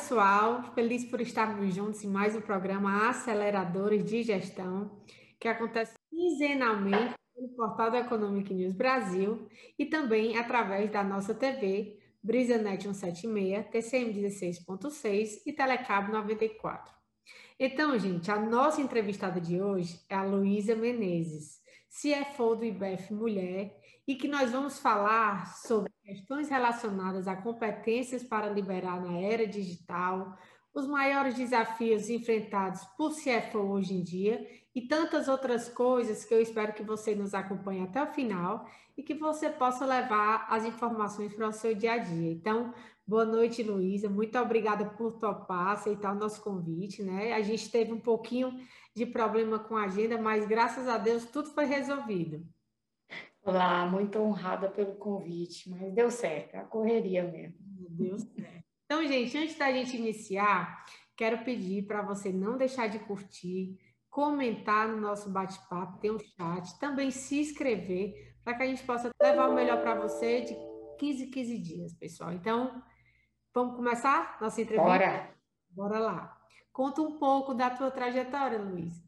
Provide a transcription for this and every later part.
pessoal, feliz por estarmos juntos em mais um programa Aceleradores de Gestão, que acontece quinzenalmente no portal do Economic News Brasil e também através da nossa TV, BrisaNet 176, TCM 16.6 e Telecabo 94. Então, gente, a nossa entrevistada de hoje é a Luísa Menezes, CFO do IBEF Mulher, e que nós vamos falar sobre questões relacionadas a competências para liderar na era digital, os maiores desafios enfrentados por CFO hoje em dia e tantas outras coisas que eu espero que você nos acompanhe até o final e que você possa levar as informações para o seu dia a dia. Então, boa noite, Luísa. Muito obrigada por topar, aceitar o nosso convite, né? A gente teve um pouquinho de problema com a agenda, mas graças a Deus tudo foi resolvido. Olá, muito honrada pelo convite, mas deu certo, é a correria mesmo. Meu Deus. Então, gente, antes da gente iniciar, quero pedir para você não deixar de curtir, comentar no nosso bate-papo, tem um chat, também se inscrever, para que a gente possa levar o melhor para você de 15 em 15 dias, pessoal. Então, vamos começar nossa entrevista? Bora! Bora lá. Conta um pouco da tua trajetória, Luiz.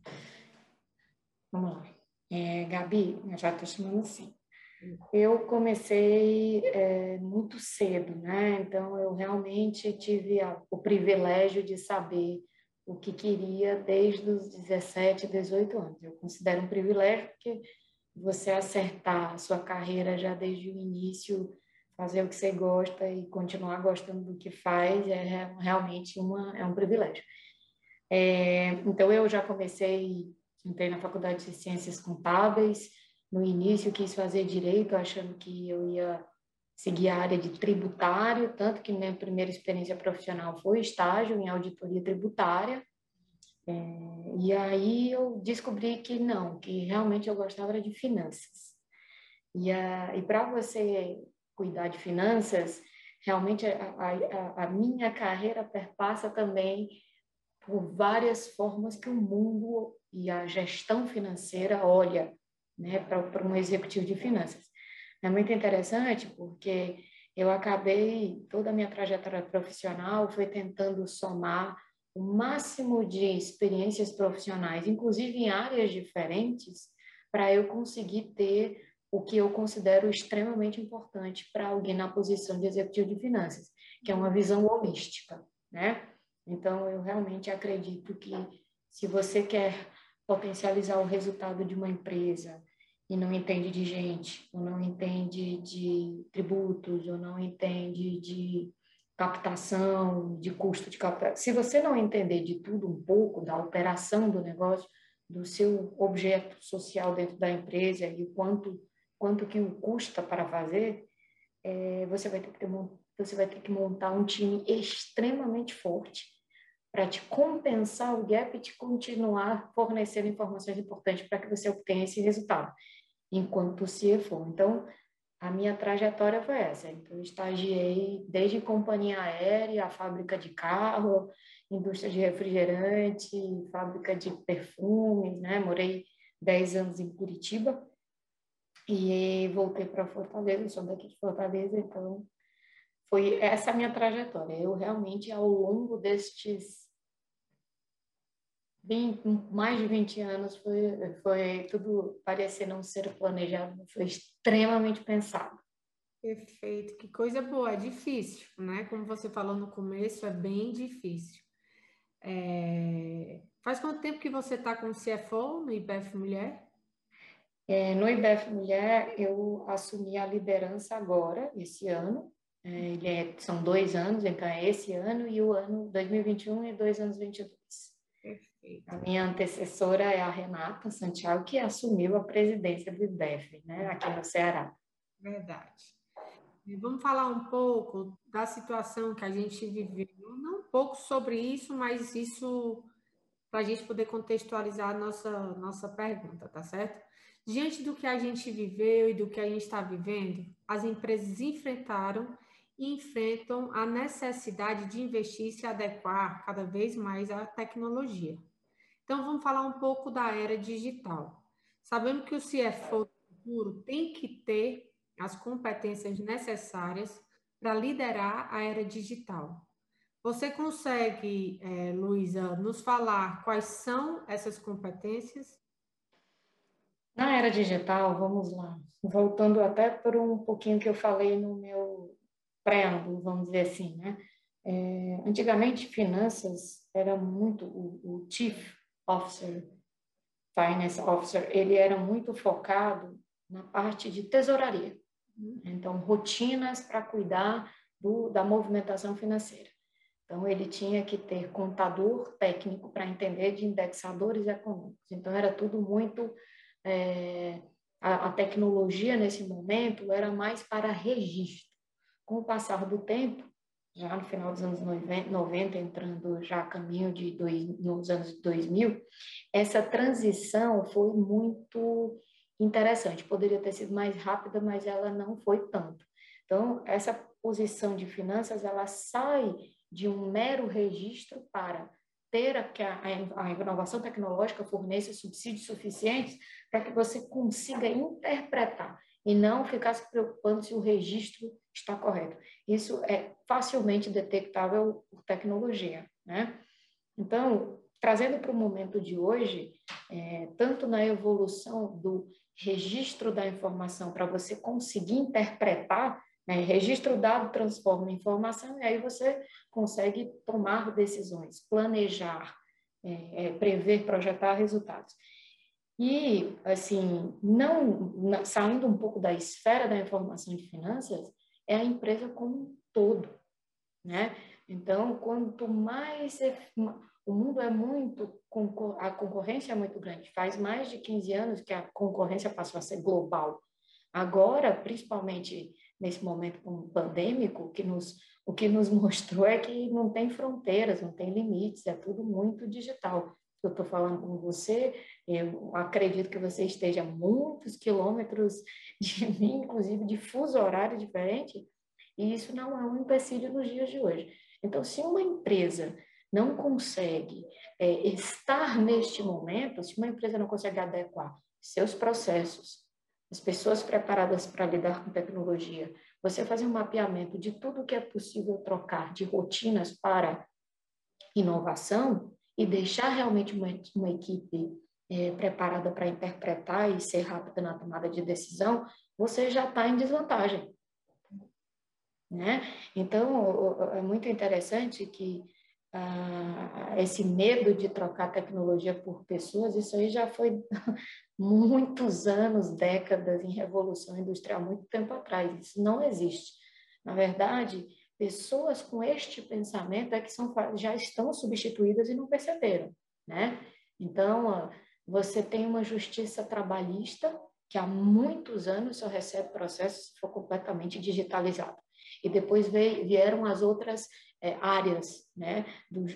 Vamos lá. Gabi, eu já estou chamando assim. Eu comecei muito cedo, né? Então, eu realmente tive o privilégio de saber o que queria desde os 17, 18 anos. Eu considero um privilégio porque você acertar a sua carreira já desde o início, fazer o que você gosta e continuar gostando do que faz realmente é um privilégio. Então, eu já entrei na Faculdade de Ciências Contábeis, no início quis fazer direito, achando que eu ia seguir a área de tributário, tanto que minha primeira experiência profissional foi estágio em auditoria tributária, e aí eu descobri que não, que realmente eu gostava era de finanças. E para você cuidar de finanças, realmente a minha carreira perpassa também por várias formas que o mundo e a gestão financeira olha, né, para um executivo de finanças. É muito interessante porque eu acabei, toda a minha trajetória profissional foi tentando somar o máximo de experiências profissionais, inclusive em áreas diferentes, para eu conseguir ter o que eu considero extremamente importante para alguém na posição de executivo de finanças, que é uma visão holística, né? Então, eu realmente acredito que se você quer potencializar o resultado de uma empresa e não entende de gente, ou não entende de tributos, ou não entende de captação, de custo de captação, se você não entender de tudo um pouco, da operação do negócio, do seu objeto social dentro da empresa e quanto que o custa para fazer, você vai ter que montar um time extremamente forte para te compensar o gap e te continuar fornecendo informações importantes para que você obtenha esse resultado, enquanto CFO. Então, a minha trajetória foi essa. Então, eu estagiei desde companhia aérea, fábrica de carro, indústria de refrigerante, fábrica de perfumes, né? Morei 10 anos em Curitiba e voltei para Fortaleza, eu sou daqui de Fortaleza, então foi essa a minha trajetória. Eu realmente, ao longo destes mais de 20 anos, foi tudo parecer não ser planejado, foi extremamente pensado. Perfeito, que coisa boa, é difícil, né? Como você falou no começo, é bem difícil. Faz quanto tempo que você está com o CFO no IBEF Mulher? No IBEF Mulher, eu assumi a liderança agora, esse ano. São 2 anos, então é esse ano e o ano 2021 e 2022. Perfeito, A minha antecessora é a Renata Santiago, que assumiu a presidência do IBEF, né, aqui no Ceará. verdade. E vamos falar um pouco da situação que a gente viveu, não um pouco sobre isso, mas isso para a gente poder contextualizar a nossa pergunta, tá certo? Diante do que a gente viveu e do que a gente está vivendo, as empresas enfrentaram e enfrentam a necessidade de investir e se adequar cada vez mais à tecnologia. Então, vamos falar um pouco da era digital. Sabemos que o CFO do futuro tem que ter as competências necessárias para liderar a era digital. Você consegue, Luísa, nos falar quais são essas competências? Na era digital, vamos lá, voltando até por um pouquinho que eu falei no meu preâmbulo, vamos dizer assim, né? Antigamente, finanças era muito, o Chief Officer, Finance Officer, ele era muito focado na parte de tesouraria. Então, rotinas para cuidar da movimentação financeira. Então, ele tinha que ter contador técnico para entender de indexadores econômicos. Então, era tudo muito. A tecnologia, nesse momento, era mais para registro. Com o passar do tempo, já no final dos anos 90, entrando já a caminho nos anos 2000, essa transição foi muito interessante. Poderia ter sido mais rápida, mas ela não foi tanto. Então, essa posição de finanças, ela sai de um mero registro para ter que a inovação tecnológica forneça subsídios suficientes para que você consiga interpretar e não ficar se preocupando se o registro está correto. Isso é facilmente detectável por tecnologia, né? Então, trazendo para o momento de hoje, tanto na evolução do registro da informação para você conseguir interpretar, né, registro o dado transforma em informação e aí você consegue tomar decisões, planejar, prever, projetar resultados. E, assim, saindo um pouco da esfera da informação de finanças, é a empresa como um todo, né? Então, quanto mais o mundo é muito, a concorrência é muito grande. Faz mais de 15 anos que a concorrência passou a ser global. Agora, principalmente nesse momento pandêmico, o que nos mostrou é que não tem fronteiras, não tem limites, é tudo muito digital. Eu estou falando com você, eu acredito que você esteja a muitos quilômetros de mim, inclusive de fuso horário diferente, e isso não é um empecilho nos dias de hoje. Então, se uma empresa não consegue estar neste momento, se uma empresa não consegue adequar seus processos, as pessoas preparadas para lidar com tecnologia, você fazer um mapeamento de tudo que é possível trocar de rotinas para inovação e deixar realmente uma equipe preparada para interpretar e ser rápida na tomada de decisão, você já está em desvantagem, né? Então, é muito interessante que esse medo de trocar tecnologia por pessoas, isso aí já foi muitos anos, décadas em revolução industrial, muito tempo atrás. Isso não existe. Na verdade, pessoas com este pensamento é que já estão substituídas e não perceberam, né? Então, você tem uma justiça trabalhista que há muitos anos só recebe processo se for completamente digitalizado. E depois vieram as outras áreas, né,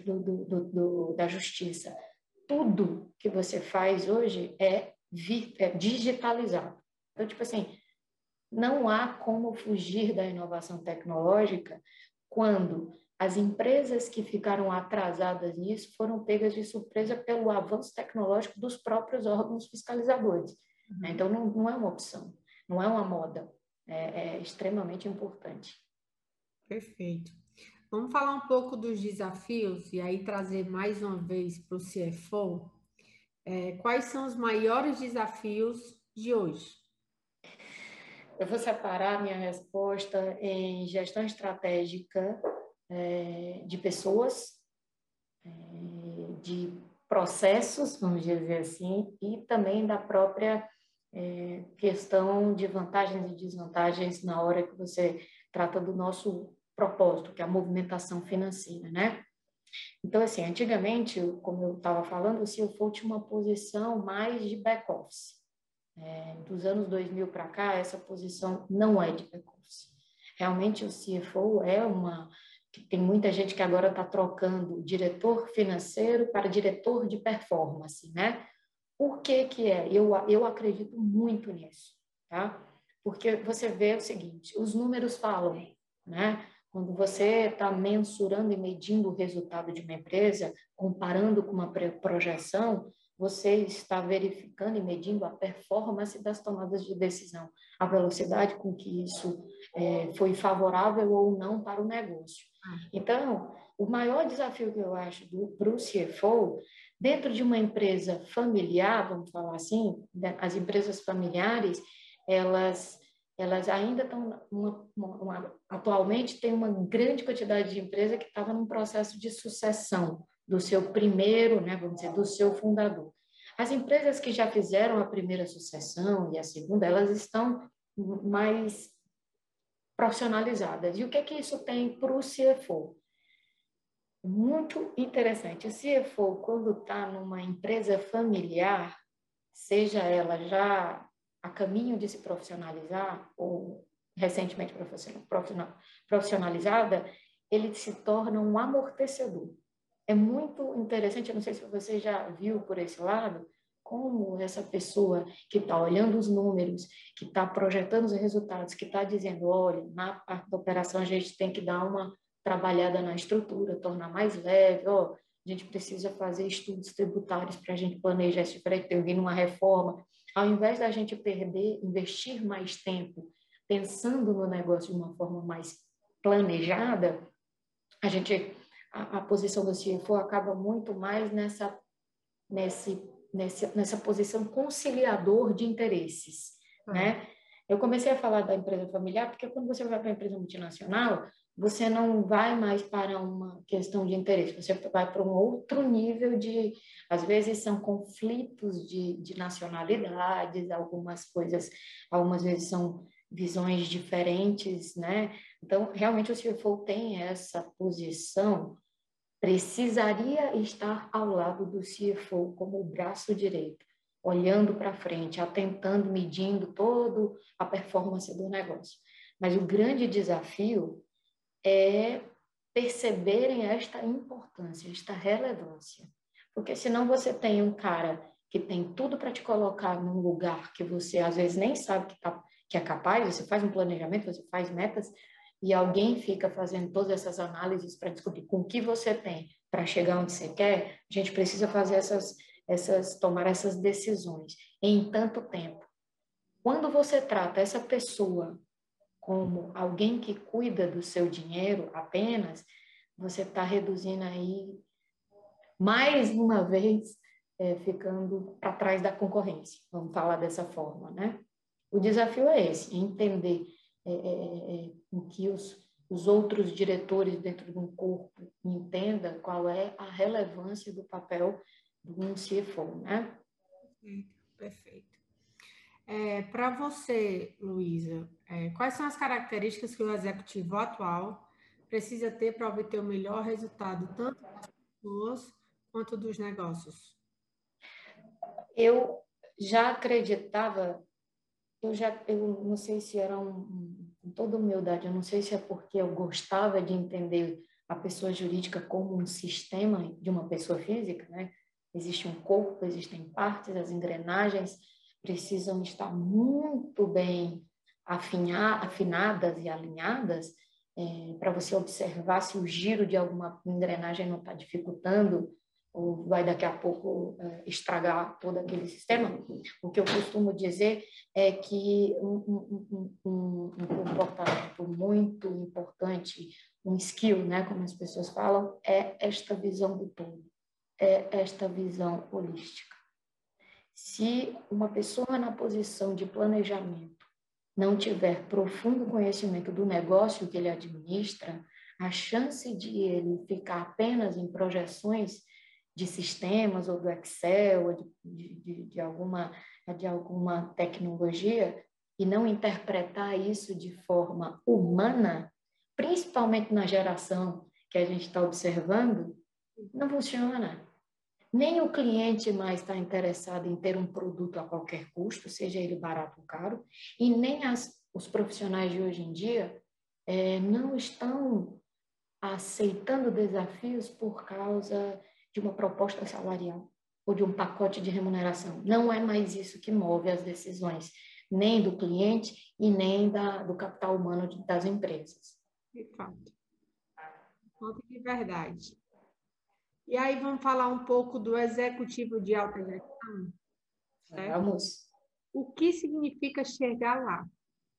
da justiça. Tudo que você faz hoje é digitalizado. Então, tipo assim, não há como fugir da inovação tecnológica quando as empresas que ficaram atrasadas nisso foram pegas de surpresa pelo avanço tecnológico dos próprios órgãos fiscalizadores. Uhum. Então, não é uma opção, não é uma moda, é extremamente importante. Perfeito. Vamos falar um pouco dos desafios e aí trazer mais uma vez para o CFO. Quais são os maiores desafios de hoje? Eu vou separar minha resposta em gestão estratégica de pessoas, de processos, vamos dizer assim, e também da própria questão de vantagens e desvantagens na hora que você trata do nosso propósito, que é a movimentação financeira, né? Então, assim, antigamente, como eu estava falando, o CFO tinha uma posição mais de back-office. Dos anos 2000 para cá, essa posição não é de back-office. Realmente, o CFO tem muita gente que agora está trocando diretor financeiro para diretor de performance, né? Por que que é? Eu acredito muito nisso, tá? Porque você vê o seguinte, os números falam, né? Quando você está mensurando e medindo o resultado de uma empresa, comparando com uma projeção, você está verificando e medindo a performance das tomadas de decisão, a velocidade com que isso foi favorável ou não para o negócio. Então, o maior desafio que eu acho para o CFO, dentro de uma empresa familiar, vamos falar assim, as empresas familiares, elas ainda estão, atualmente tem uma grande quantidade de empresa que estava num processo de sucessão do seu primeiro, né, vamos dizer, do seu fundador. As empresas que já fizeram a primeira sucessão e a segunda, elas estão mais profissionalizadas. E o que é que isso tem para o CFO? Muito interessante. O CFO, quando está numa empresa familiar, seja ela já a caminho de se profissionalizar ou recentemente profissionalizada, ele se torna um amortecedor. É muito interessante, eu não sei se você já viu por esse lado, como essa pessoa que está olhando os números, que está projetando os resultados, que está dizendo, olha, na parte da operação a gente tem que dar uma trabalhada na estrutura, tornar mais leve, ó, a gente precisa fazer estudos tributários para a gente planejar esse diferente, ter vindo uma reforma. Ao invés da gente perder, investir mais tempo pensando no negócio de uma forma mais planejada, a gente, a posição do CFO acaba muito mais nessa posição conciliador de interesses, né? Eu comecei a falar da empresa familiar porque quando você vai para a empresa multinacional, você não vai mais para uma questão de interesse, você vai para um outro nível de, às vezes são conflitos de nacionalidades, algumas coisas, algumas vezes são visões diferentes, né? Então, realmente o CFO tem essa posição, precisaria estar ao lado do CFO como o braço direito, olhando para frente, atentando, medindo toda a performance do negócio. Mas o grande desafio é perceberem esta importância, esta relevância. Porque senão você tem um cara que tem tudo para te colocar num lugar que você às vezes nem sabe que é capaz, você faz um planejamento, você faz metas, e alguém fica fazendo todas essas análises para descobrir com o que você tem para chegar onde você quer, a gente precisa fazer tomar essas decisões em tanto tempo. Quando você trata essa pessoa como alguém que cuida do seu dinheiro apenas, você está reduzindo aí, mais uma vez, ficando para trás da concorrência, vamos falar dessa forma, né? O desafio é esse, entender em que os outros diretores dentro de um corpo entendam qual é a relevância do papel de um CFO, né? Perfeito. Para você, Luísa, quais são as características que o executivo atual precisa ter para obter o melhor resultado, tanto das pessoas quanto dos negócios? Eu já acreditava, eu não sei se era com toda humildade, eu não sei se é porque eu gostava de entender a pessoa jurídica como um sistema de uma pessoa física, né? Existe um corpo, existem partes, as engrenagens precisam estar muito bem afinadas e alinhadas para você observar se o giro de alguma engrenagem não está dificultando ou vai daqui a pouco estragar todo aquele sistema. O que eu costumo dizer é que um comportamento muito importante, um skill, né, como as pessoas falam, é esta visão do todo, é esta visão holística. Se uma pessoa na posição de planejamento não tiver profundo conhecimento do negócio que ele administra, a chance de ele ficar apenas em projeções de sistemas ou do Excel, ou de alguma tecnologia, e não interpretar isso de forma humana, principalmente na geração que a gente está observando, não funciona. Nem o cliente mais está interessado em ter um produto a qualquer custo, seja ele barato ou caro, e nem os profissionais de hoje em dia não estão aceitando desafios por causa de uma proposta salarial ou de um pacote de remuneração. Não é mais isso que move as decisões, nem do cliente e nem do capital humano das empresas. De fato. Ponto de verdade. E aí vamos falar um pouco do executivo de alta gestão, certo? Vamos. O que significa chegar lá?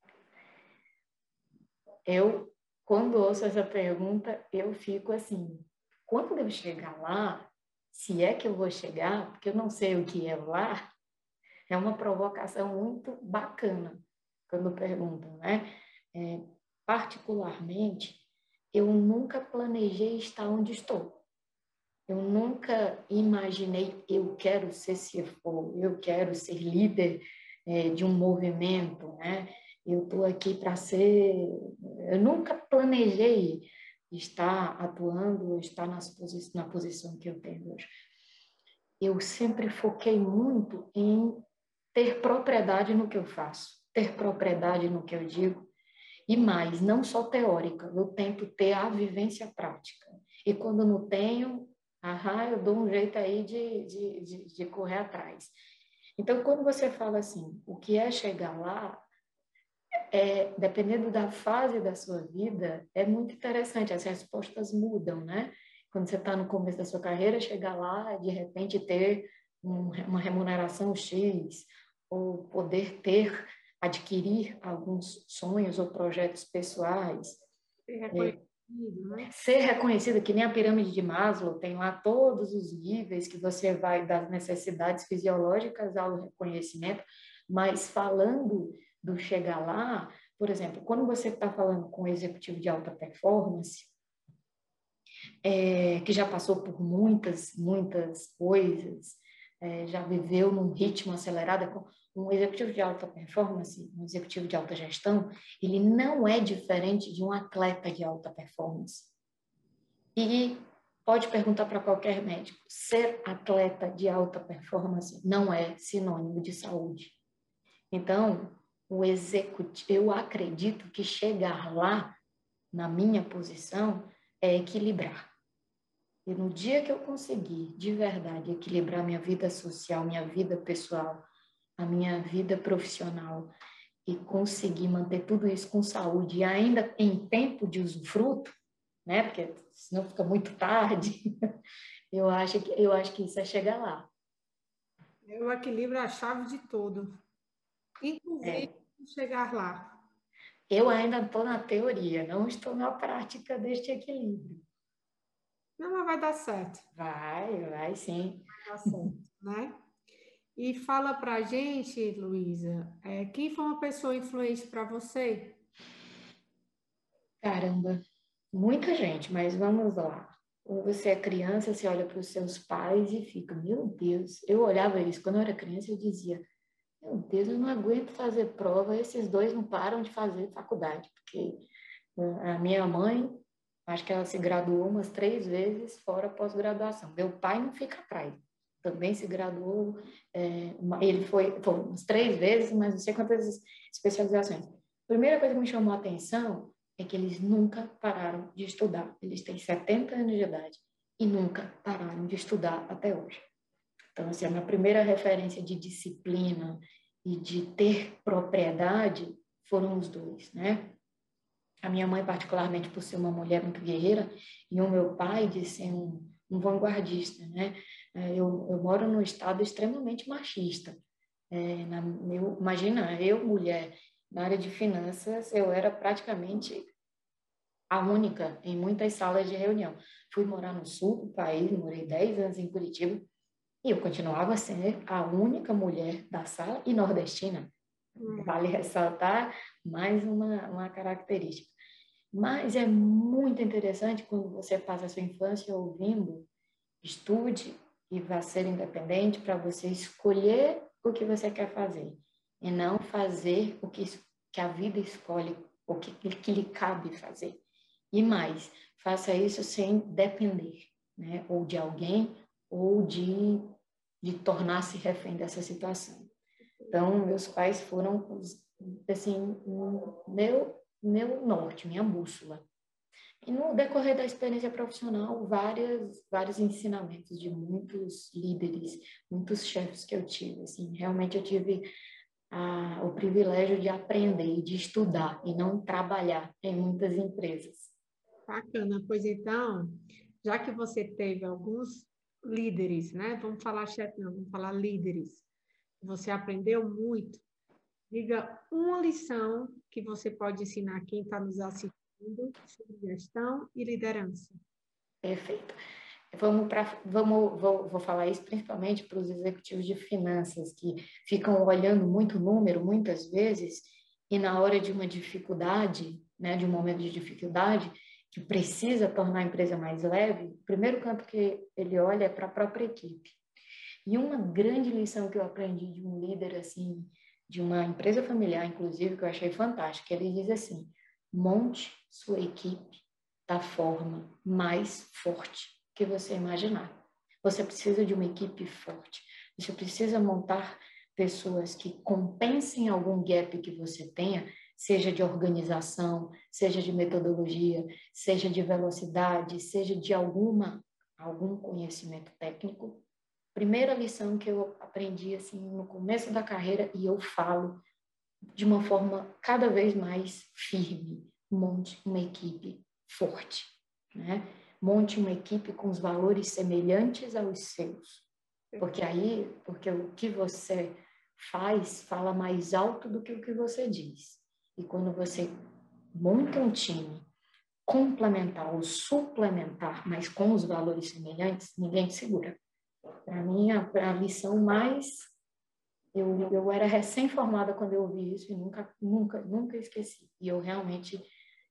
Quando ouço essa pergunta, eu fico assim, quando eu chegar lá, se é que eu vou chegar, porque eu não sei o que é lá, é uma provocação muito bacana quando perguntam, né? Particularmente, eu nunca planejei estar onde estou. Eu nunca imaginei, eu quero ser CFO, eu quero ser líder de um movimento, né? Eu estou aqui para ser... Eu nunca planejei estar atuando, estar na posição que eu tenho hoje. Eu sempre foquei muito em ter propriedade no que eu faço, ter propriedade no que eu digo, e mais, não só teórica, eu tento ter a vivência prática. E quando não tenho, eu dou um jeito aí de correr atrás. Então, quando você fala assim, o que é chegar lá, dependendo da fase da sua vida, é muito interessante, as respostas mudam, né? Quando você está no começo da sua carreira, chegar lá, de repente ter uma remuneração X, ou poder adquirir alguns sonhos ou projetos pessoais. Ser reconhecido, né? Ser reconhecido, que nem a pirâmide de Maslow, tem lá todos os níveis que você vai das necessidades fisiológicas ao reconhecimento, mas falando do chegar lá, por exemplo, quando você está falando com um executivo de alta performance, que já passou por muitas coisas, já viveu num ritmo acelerado, um executivo de alta performance, um executivo de alta gestão, ele não é diferente de um atleta de alta performance. E pode perguntar para qualquer médico, ser atleta de alta performance não é sinônimo de saúde. Então, eu acredito que chegar lá, na minha posição, é equilibrar. E no dia que eu conseguir, de verdade, equilibrar minha vida social, minha vida pessoal, a minha vida profissional, e conseguir manter tudo isso com saúde, e ainda em tempo de usufruto, né? Porque senão fica muito tarde. Eu acho que isso é chegar lá. O equilíbrio é a chave de tudo, inclusive chegar lá. Eu ainda estou na teoria, não estou na prática deste equilíbrio. Não, mas vai dar certo. Vai sim. Vai dar certo, né? E fala pra gente, Luísa, quem foi uma pessoa influente para você? Caramba, muita gente, mas vamos lá. Quando você é criança, você olha para os seus pais e fica, meu Deus. Eu olhava isso, quando eu era criança, eu dizia, meu Deus, eu não aguento fazer prova, esses dois não param de fazer faculdade, porque a minha mãe, acho que ela se graduou umas 3 vezes fora pós-graduação. Meu pai não fica atrás. Também se graduou, ele foi umas 3 vezes, mas não sei quantas especializações. A primeira coisa que me chamou a atenção é que eles nunca pararam de estudar. Eles têm 70 anos de idade e nunca pararam de estudar até hoje. Então, assim, a minha primeira referência de disciplina e de ter propriedade foram os dois, né? A minha mãe, particularmente, por ser uma mulher muito guerreira, e o meu pai de ser um vanguardista, né? Eu moro num estado extremamente machista. Imagina, eu, mulher, na área de finanças, eu era praticamente a única em muitas salas de reunião. Fui morar no sul do país, morei 10 anos em Curitiba, e eu continuava sendo a única mulher da sala e nordestina. Vale ressaltar mais uma característica. Mas é muito interessante quando você passa a sua infância ouvindo, estude e vá ser independente para você escolher o que você quer fazer e não fazer o que a vida escolhe, o que lhe cabe fazer. E mais, faça isso sem depender, né? Ou de alguém ou de tornar-se refém dessa situação. Então, meus pais foram, assim, meu norte, minha bússola. E no decorrer da experiência profissional, vários ensinamentos de muitos líderes, muitos chefes que eu tive. Assim, realmente eu tive o privilégio de aprender, de estudar e não trabalhar em muitas empresas. Bacana, pois então, já que você teve alguns líderes, né? Vamos falar chefe, não, vamos falar líderes. Você aprendeu muito. Diga uma lição que você pode ensinar quem está nos assistindo sobre gestão e liderança. Perfeito. Vou falar isso principalmente para os executivos de finanças que ficam olhando muito número muitas vezes e na hora de uma dificuldade, né, de um momento de dificuldade que precisa tornar a empresa mais leve, o primeiro campo que ele olha é para a própria equipe. E uma grande lição que eu aprendi de um líder assim, de uma empresa familiar, inclusive, que eu achei fantástico, ele diz assim: monte sua equipe da forma mais forte que você imaginar. Você precisa de uma equipe forte. Você precisa montar pessoas que compensem algum gap que você tenha, seja de organização, seja de metodologia, seja de velocidade, seja de algum conhecimento técnico. Primeira lição que eu aprendi assim no começo da carreira e eu falo de uma forma cada vez mais firme: monte uma equipe forte, né? Monte uma equipe com os valores semelhantes aos seus, porque o que você faz fala mais alto do que o que você diz. E quando você monta um time complementar ou suplementar, mas com os valores semelhantes, ninguém te segura. Para mim, a lição mais... Eu era recém-formada quando eu ouvi isso e nunca esqueci. E eu realmente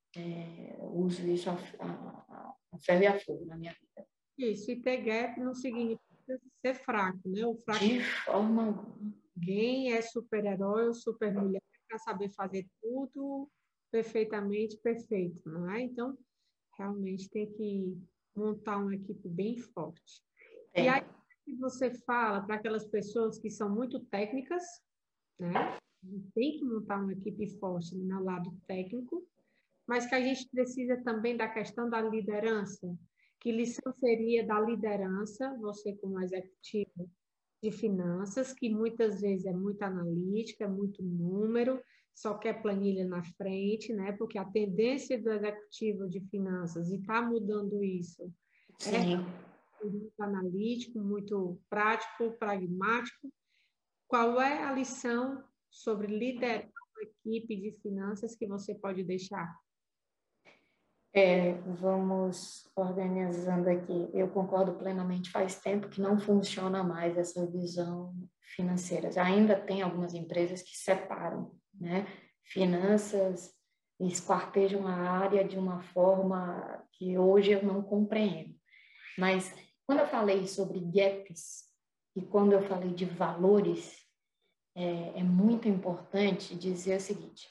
uso isso a ferro e a fogo na minha vida. Isso, e ter gap não significa ser fraco, né? O fraco De forma alguma. ninguém é super-herói ou super-mulher para saber fazer tudo perfeitamente perfeito, não é? Então, realmente tem que montar uma equipe bem forte. E aí, que você fala para aquelas pessoas que são muito técnicas, né? Tem que montar uma equipe forte no lado técnico, mas que a gente precisa também da questão da liderança. Que lição seria da liderança, você como executivo de finanças, que muitas vezes é muito analítica, é muito número, só quer planilha na frente, né? Porque a tendência do executivo de finanças, e está mudando isso, Sim. muito analítico, muito prático, pragmático. Qual é a lição sobre liderar uma equipe de finanças que você pode deixar? Vamos organizando aqui. Eu concordo plenamente. Faz tempo que não funciona mais essa visão financeira. Ainda tem algumas empresas que separam, né? Finanças e esquartejam a área de uma forma que hoje eu não compreendo. Mas quando eu falei sobre gaps e quando eu falei de valores, é muito importante dizer o seguinte: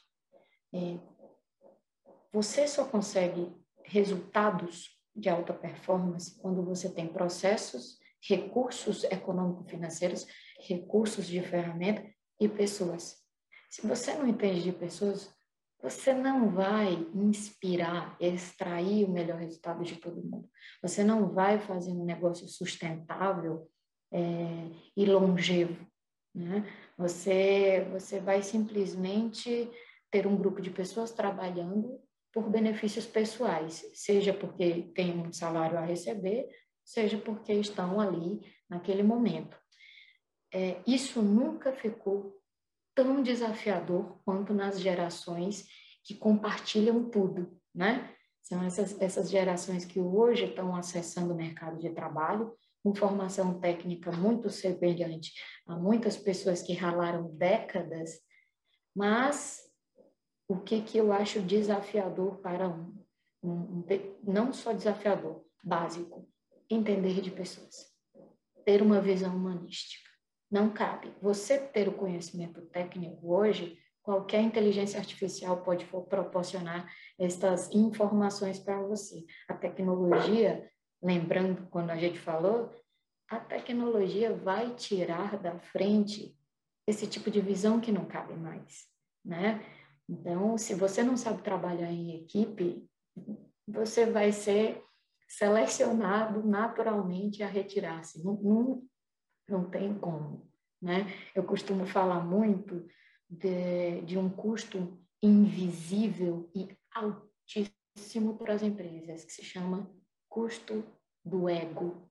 você só consegue resultados de alta performance quando você tem processos, recursos econômico-financeiros, recursos de ferramenta e pessoas. Se você não entende de pessoas, você não vai inspirar, extrair o melhor resultado de todo mundo. Você não vai fazer um negócio sustentável e longevo, né? Você vai simplesmente ter um grupo de pessoas trabalhando por benefícios pessoais, seja porque tem um salário a receber, seja porque estão ali naquele momento. Isso nunca ficou tão desafiador quanto nas gerações que compartilham tudo, né? São essas gerações que hoje estão acessando o mercado de trabalho com formação técnica muito semelhante a muitas pessoas que ralaram décadas, mas o que eu acho desafiador para não só desafiador, básico, entender de pessoas, ter uma visão humanística. Não cabe. Você ter o conhecimento técnico hoje, qualquer inteligência artificial pode proporcionar estas informações para você. A tecnologia, lembrando quando a gente falou, a tecnologia vai tirar da frente esse tipo de visão que não cabe mais, né? Então, se você não sabe trabalhar em equipe, você vai ser selecionado naturalmente a retirar-se. Não tem como, né? Eu costumo falar muito de um custo invisível e altíssimo para as empresas, que se chama custo do ego.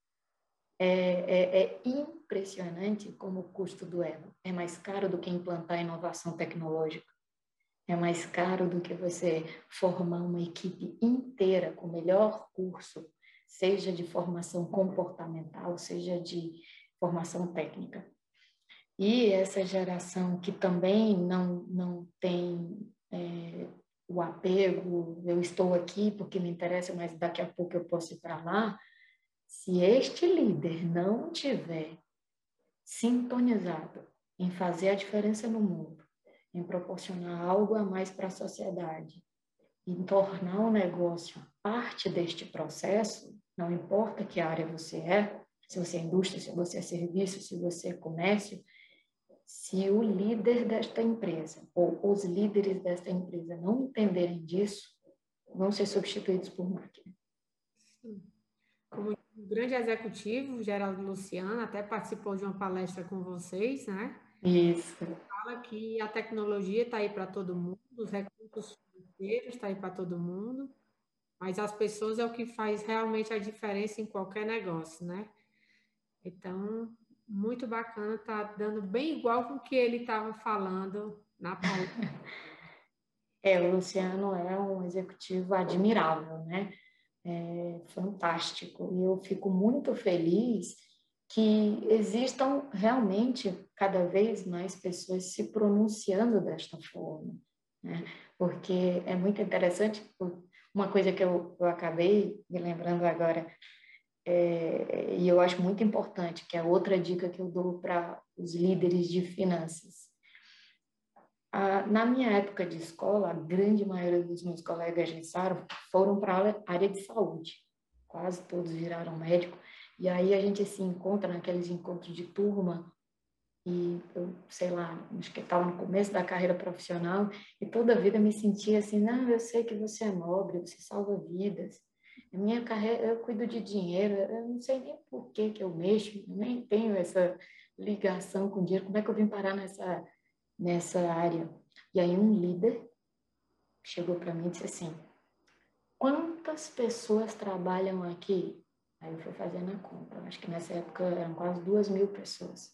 É impressionante como o custo do ego é mais caro do que implantar inovação tecnológica. É mais caro do que você formar uma equipe inteira com o melhor curso, seja de formação comportamental, seja de formação técnica. E essa geração que também não tem o apego, eu estou aqui porque me interessa, mas daqui a pouco eu posso ir para lá, se este líder não tiver sintonizado em fazer a diferença no mundo, em proporcionar algo a mais para a sociedade, em tornar o negócio parte deste processo, não importa que área você é, se você é indústria, se você é serviço, se você é comércio, se o líder desta empresa ou os líderes desta empresa não entenderem disso, vão ser substituídos por máquina. Sim. Como um grande executivo, Geraldo Luciano, até participou de uma palestra com vocês, né? Isso. Fala que a tecnologia está aí para todo mundo, os recursos financeiros estão aí para todo mundo, mas as pessoas é o que faz realmente a diferença em qualquer negócio, né? Então, muito bacana, tá dando bem igual com o que ele estava falando na palestra. O Luciano é um executivo admirável, né? Fantástico. E eu fico muito feliz que existam realmente cada vez mais pessoas se pronunciando desta forma, né? Porque é muito interessante, uma coisa que eu acabei me lembrando agora, e eu acho muito importante, que é outra dica que eu dou para os líderes de finanças. Na minha época de escola, a grande maioria dos meus colegas de sala foram para a área de saúde. Quase todos viraram médico. E aí a gente se encontra naqueles encontros de turma e eu, sei lá, acho que estava no começo da carreira profissional e toda a vida me sentia assim, não, eu sei que você é nobre, você salva vidas. A minha carreira, eu cuido de dinheiro, eu não sei nem por que eu mexo, eu nem tenho essa ligação com dinheiro, como é que eu vim parar nessa área? E aí um líder chegou para mim e disse assim, quantas pessoas trabalham aqui? Aí eu fui fazendo a conta, acho que nessa época eram quase 2.000 pessoas.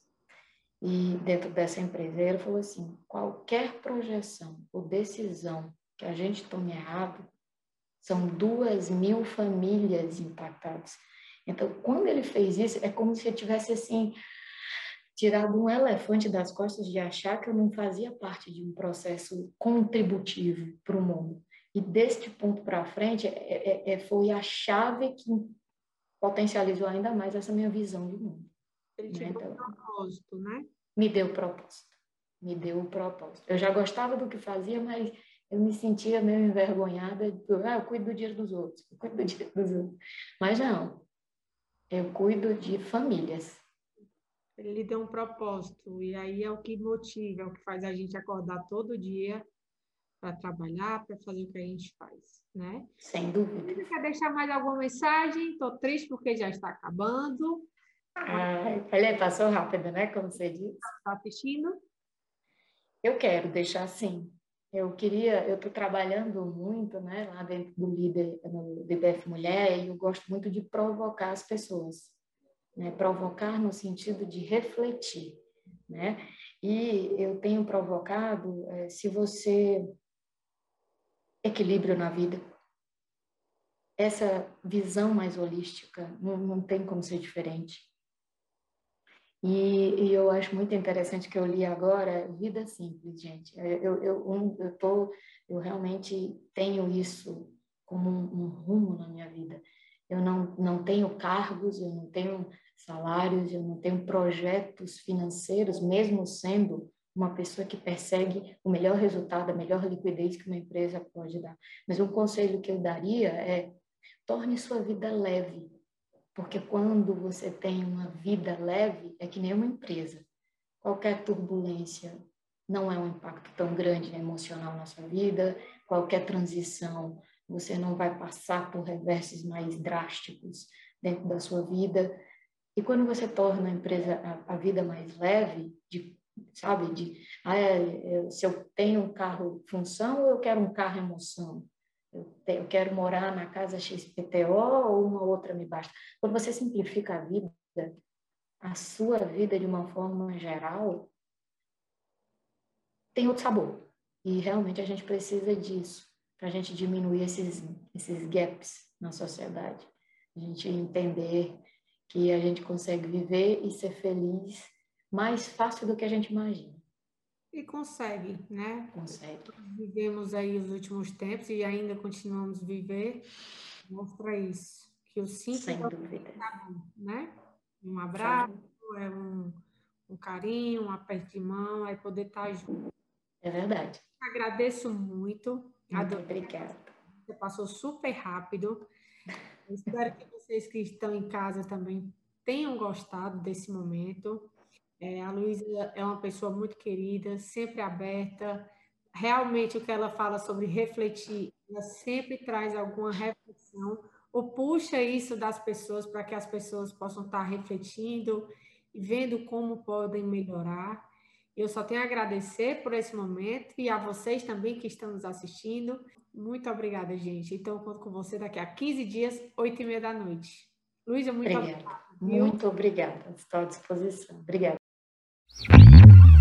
E dentro dessa empresa, ele falou assim, qualquer projeção ou decisão que a gente tome errado, são 2.000 famílias impactadas. Então, quando ele fez isso, é como se ele tivesse assim, tirado um elefante das costas de achar que eu não fazia parte de um processo contributivo para o mundo. E deste ponto para frente, foi a chave que potencializou ainda mais essa minha visão de mundo. Ele te Né? deu um Então, propósito, né? me deu propósito. Me deu o propósito. Eu já gostava do que fazia, mas eu me sentia meio envergonhada. Eu cuido do dinheiro dos outros. Eu cuido do dinheiro dos outros. Mas não, eu cuido de famílias. Ele lhe deu um propósito, e aí é o que motiva, é o que faz a gente acordar todo dia para trabalhar, para fazer o que a gente faz, né? Sem dúvida. Você quer deixar mais alguma mensagem? Estou triste porque já está acabando. Olha, passou rápido, né? Como você disse. Está assistindo? Eu quero deixar assim. Eu estou trabalhando muito, né, lá dentro do líder, no DBF Mulher, e eu gosto muito de provocar as pessoas, né? Provocar no sentido de refletir, né? E eu tenho provocado, se você equilíbrio na vida, essa visão mais holística não tem como ser diferente. E eu acho muito interessante que eu li agora, Vida Simples, gente. Eu realmente tenho isso como um rumo na minha vida. Eu não tenho cargos, eu não tenho salários, eu não tenho projetos financeiros, mesmo sendo uma pessoa que persegue o melhor resultado, a melhor liquidez que uma empresa pode dar. Mas um conselho que eu daria é: torne sua vida leve. Porque quando você tem uma vida leve, é que nem uma empresa. Qualquer turbulência não é um impacto tão grande emocional na sua vida, qualquer transição, você não vai passar por reversos mais drásticos dentro da sua vida. E quando você torna a empresa, a vida mais leve, se eu tenho um carro função ou eu quero um carro emoção? Eu quero morar na casa XPTO ou uma outra me basta? Quando você simplifica a sua vida de uma forma geral, tem outro sabor. E realmente a gente precisa disso para a gente diminuir esses gaps na sociedade. A gente entender que a gente consegue viver e ser feliz mais fácil do que a gente imagina. E consegue, né? Consegue. Vivemos aí os últimos tempos e ainda continuamos a viver, mostra isso, que o simples Sem é o dúvida. bom, né? Um abraço, Sem... é um carinho, um aperto de mão, é poder estar junto. É verdade. Agradeço muito, Muito adorei, obrigada. você passou super rápido. Eu espero que vocês que estão em casa também tenham gostado desse momento. A Luísa é uma pessoa muito querida, sempre aberta. Realmente, o que ela fala sobre refletir, ela sempre traz alguma reflexão ou puxa isso das pessoas para que as pessoas possam estar refletindo e vendo como podem melhorar. Eu só tenho a agradecer por esse momento e a vocês também que estão nos assistindo. Muito obrigada, gente. Então, eu conto com você daqui a 15 dias, 8h30 da noite. Luísa, muito Obrigada. obrigada, viu? Muito obrigada. Estou à disposição. Obrigada.